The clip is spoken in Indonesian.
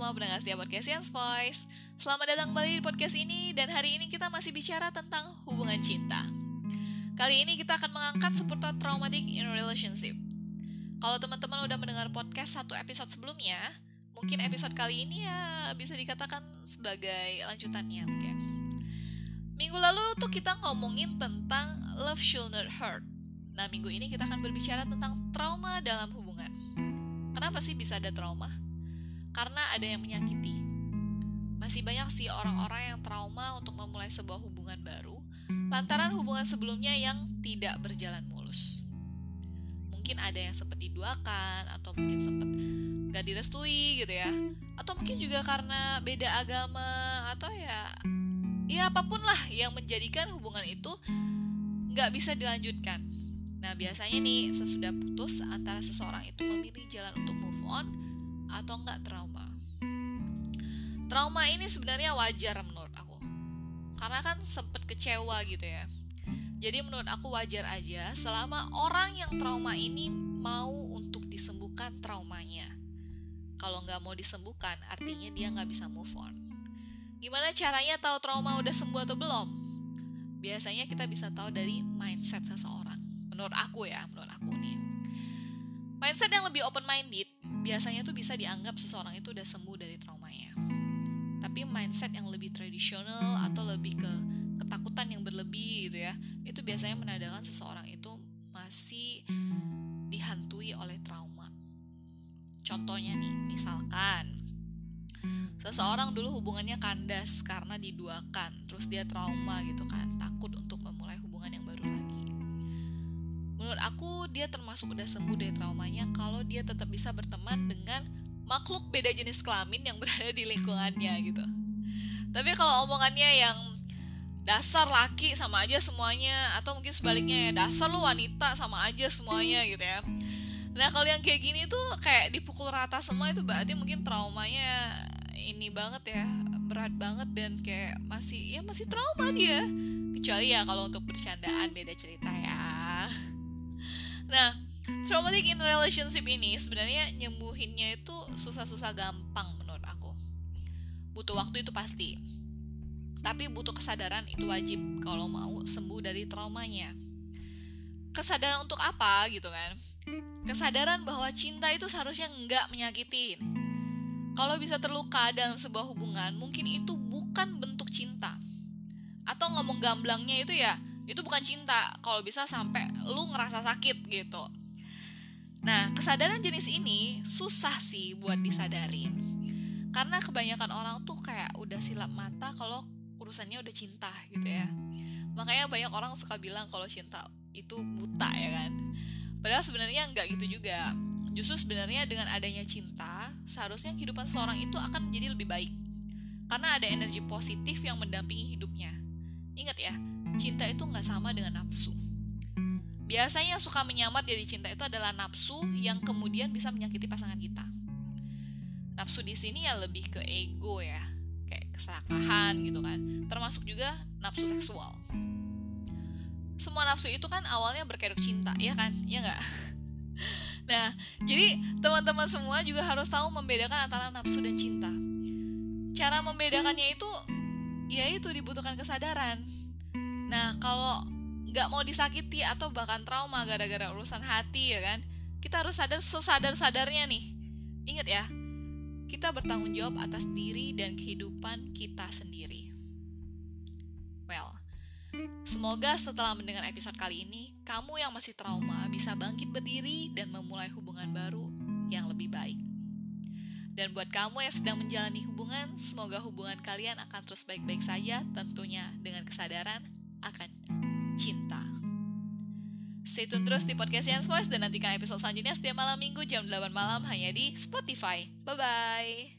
semua pendengar setia podcast Science Voice. Selamat datang kembali di podcast ini. Dan hari ini kita masih bicara tentang hubungan cinta. Kali ini kita akan mengangkat seputar traumatic in relationship. Kalau teman-teman udah mendengar podcast satu episode sebelumnya, mungkin episode kali ini ya bisa dikatakan sebagai lanjutannya mungkin. Minggu lalu tuh kita ngomongin tentang love should not hurt. Nah, minggu ini kita akan berbicara tentang trauma dalam hubungan. Kenapa sih bisa ada trauma? Karena ada yang menyakiti. Masih banyak sih orang-orang yang trauma untuk memulai sebuah hubungan baru lantaran hubungan sebelumnya yang tidak berjalan mulus. Mungkin ada yang sempat diduakan, atau mungkin sempat gak direstui gitu ya. Atau mungkin juga karena beda agama, atau ya apapun lah yang menjadikan hubungan itu gak bisa dilanjutkan. Nah, biasanya nih sesudah putus antara seseorang itu memilih jalan untuk move on atau enggak trauma. Trauma ini sebenarnya wajar menurut aku. Karena kan sempet kecewa gitu ya. Jadi menurut aku wajar aja selama orang yang trauma ini mau untuk disembuhkan traumanya. Kalau nggak mau disembuhkan artinya dia nggak bisa move on. Gimana caranya tahu trauma udah sembuh atau belum? Biasanya kita bisa tahu dari mindset seseorang. Menurut aku nih. Mindset yang lebih open-minded biasanya tuh bisa dianggap seseorang itu udah sembuh dari traumanya. Tapi mindset yang lebih tradisional atau lebih ke ketakutan yang berlebih gitu ya, itu biasanya menandakan seseorang itu masih dihantui oleh trauma. Contohnya nih, misalkan seseorang dulu hubungannya kandas karena diduakan, terus dia trauma gitu kan, takut untuk memulai hubungan yang baru lagi. Menurut aku dia termasuk udah sembuh dari traumanya kalau dia tetap bisa berteman dengan makhluk beda jenis kelamin yang berada di lingkungannya gitu. Tapi kalau omongannya yang dasar laki sama aja semuanya, atau mungkin sebaliknya ya dasar lu wanita sama aja semuanya gitu ya. Nah, kalau yang kayak gini tuh kayak dipukul rata semua, itu berarti mungkin traumanya ini banget ya, berat banget dan kayak masih trauma dia. Kecuali ya kalau untuk bercandaan beda cerita ya. Nah, traumatic in relationship ini sebenarnya nyembuhinnya itu susah-susah gampang menurut aku. Butuh waktu itu pasti. Tapi butuh kesadaran itu wajib kalau mau sembuh dari traumanya. Kesadaran untuk apa gitu kan? Kesadaran bahwa cinta itu seharusnya nggak menyakitin. Kalau bisa terluka dalam sebuah hubungan, mungkin itu bukan bentuk cinta. Atau ngomong gamblangnya itu ya, itu bukan cinta kalau bisa sampai lu ngerasa sakit gitu. Nah, kesadaran jenis ini susah sih buat disadarin. Karena kebanyakan orang tuh kayak udah silap mata kalau urusannya udah cinta gitu ya. Makanya banyak orang suka bilang kalau cinta itu buta ya kan. Padahal sebenarnya enggak gitu juga. Justru sebenarnya dengan adanya cinta, seharusnya kehidupan seseorang itu akan menjadi lebih baik. Karena ada energi positif yang mendampingi hidupnya. Ingat ya, cinta itu nggak sama dengan nafsu. Biasanya yang suka menyamar jadi cinta itu adalah nafsu yang kemudian bisa menyakiti pasangan kita. Nafsu di sini ya lebih ke ego ya, kayak keserakahan gitu kan. Termasuk juga nafsu seksual. Semua nafsu itu kan awalnya berkedok cinta, ya kan? Ya nggak? Nah, jadi teman-teman semua juga harus tahu membedakan antara nafsu dan cinta. Cara membedakannya itu yaitu dibutuhkan kesadaran. Nah, kalau nggak mau disakiti atau bahkan trauma gara-gara urusan hati ya kan, kita harus sadar sesadar-sadarnya nih. Ingat ya, kita bertanggung jawab atas diri dan kehidupan kita sendiri. Well, semoga setelah mendengar episode kali ini, kamu yang masih trauma bisa bangkit berdiri dan memulai hubungan baru yang lebih baik. Dan buat kamu yang sedang menjalani hubungan, semoga hubungan kalian akan terus baik-baik saja, tentunya dengan kesadaran akan cinta. Stay tune terus di podcast Science Voice dan nantikan episode selanjutnya setiap malam minggu jam 8 malam hanya di Spotify. Bye-bye!